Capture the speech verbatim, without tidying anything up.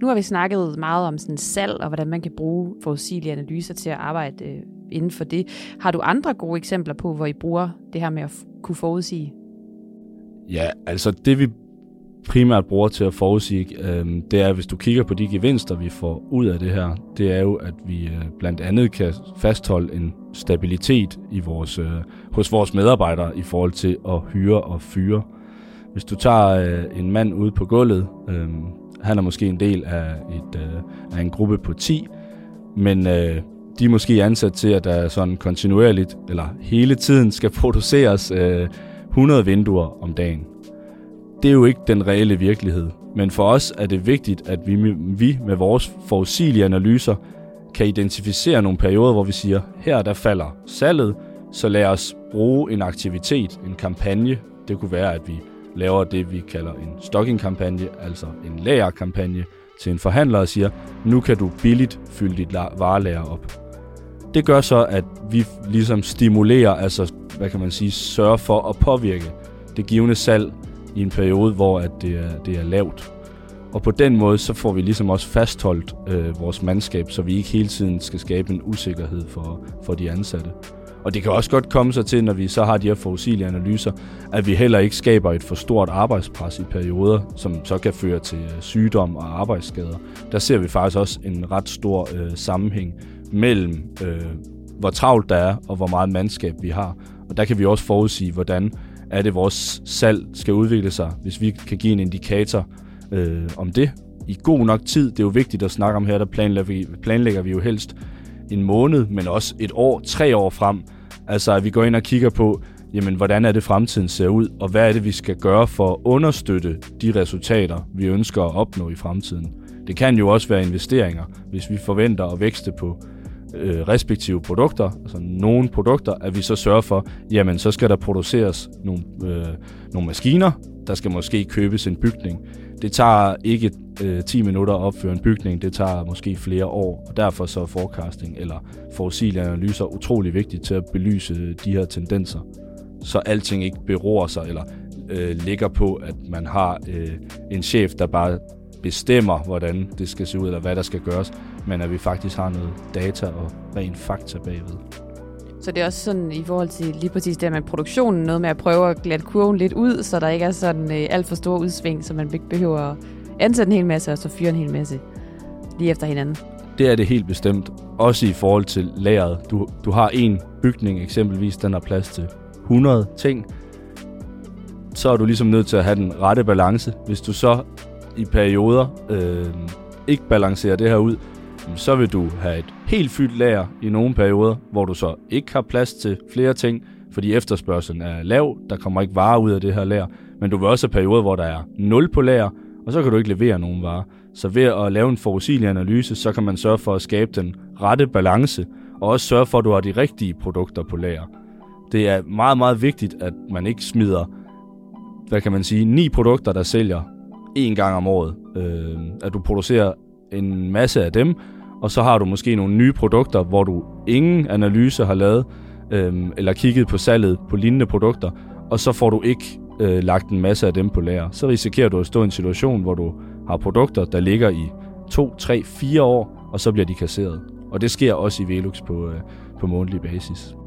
Nu har vi snakket meget om sådan salg, og hvordan man kan bruge forudsigelige analyser til at arbejde øh, inden for det. Har du andre gode eksempler på, hvor I bruger det her med at f- kunne forudsige? Ja, altså det vi primært bruger til at forudsige, øh, det er, hvis du kigger på de gevinster, vi får ud af det her, det er jo, at vi øh, blandt andet kan fastholde en stabilitet i vores, øh, hos vores medarbejdere i forhold til at hyre og fyre. Hvis du tager øh, en mand ude på gulvet, øh, han er måske en del af, et, øh, af en gruppe på ti, men øh, de er måske ansat til, at der sådan kontinuerligt, eller hele tiden skal produceres øh, hundrede vinduer om dagen. Det er jo ikke den reelle virkelighed, men for os er det vigtigt, at vi, vi med vores forudsigelige analyser kan identificere nogle perioder, hvor vi siger, her der falder salget, så lad os bruge en aktivitet, en kampagne. Det kunne være, at vi laver det, vi kalder en stocking-kampagne, altså en lagerkampagne til en forhandler og siger, nu kan du billigt fylde dit varelager op. Det gør så, at vi ligesom stimulerer, altså hvad kan man sige, sørger for at påvirke det givne salg i en periode, hvor at det, er, det er lavt. Og på den måde, så får vi ligesom også fastholdt øh, vores mandskab, så vi ikke hele tiden skal skabe en usikkerhed for, for de ansatte. Og det kan også godt komme sig til, når vi så har de her forudsigelige analyser, at vi heller ikke skaber et for stort arbejdspres i perioder, som så kan føre til sygdom og arbejdsskader. Der ser vi faktisk også en ret stor øh, sammenhæng mellem, øh, hvor travlt der er, og hvor meget mandskab vi har. Og der kan vi også forudsige, hvordan er det, vores salg skal udvikle sig, hvis vi kan give en indikator øh, om det i god nok tid. Det er jo vigtigt at snakke om her, der planlægger vi, planlægger vi jo helst en måned, men også et år, tre år frem. Altså at vi går ind og kigger på, jamen hvordan er det fremtiden ser ud, og hvad er det, vi skal gøre for at understøtte de resultater, vi ønsker at opnå i fremtiden. Det kan jo også være investeringer, hvis vi forventer at vækste på øh, respektive produkter, altså nogle produkter, at vi så sørger for, jamen så skal der produceres nogle, øh, nogle maskiner, der skal måske købes en bygning. Det tager ikke øh, ti minutter at opføre en bygning, det tager måske flere år, og derfor så er forecasting eller forudsigelige analyser utrolig vigtigt til at belyse de her tendenser, så alting ikke beror sig eller øh, ligger på, at man har øh, en chef, der bare bestemmer, hvordan det skal se ud, eller hvad der skal gøres, men at vi faktisk har noget data og ren fakta bagved. Så det er også sådan i forhold til lige præcis det med produktionen, noget med at prøve at glatte kurven lidt ud, så der ikke er sådan øh, alt for store udsving, så man ikke behøver at ansætte en hel masse og så fyre en hel masse lige efter hinanden. Det er det helt bestemt. Også i forhold til lageret. Du, du har en bygning eksempelvis, den har plads til hundrede ting. Så er du ligesom nødt til at have den rette balance. Hvis du så i perioder øh, ikke balancerer det her ud, så vil du have et helt fyldt lager i nogle perioder, hvor du så ikke har plads til flere ting, fordi efterspørgselen er lav, der kommer ikke varer ud af det her lager, men du vil også have perioder, hvor der er nul på lager, og så kan du ikke levere nogen varer. Så ved at lave en forudsigelig analyse, så kan man sørge for at skabe den rette balance, og også sørge for, at du har de rigtige produkter på lager. Det er meget, meget vigtigt, at man ikke smider, hvad kan man sige, ni produkter, der sælger en gang om året. Øh, at du producerer en masse af dem, og så har du måske nogle nye produkter, hvor du ingen analyse har lavet, øh, eller kigget på salget på lignende produkter, og så får du ikke øh, lagt en masse af dem på lager. Så risikerer du at stå i en situation, hvor du har produkter, der ligger i to, tre, fire år, og så bliver de kasseret. Og det sker også i Velux på, øh, på månedlig basis.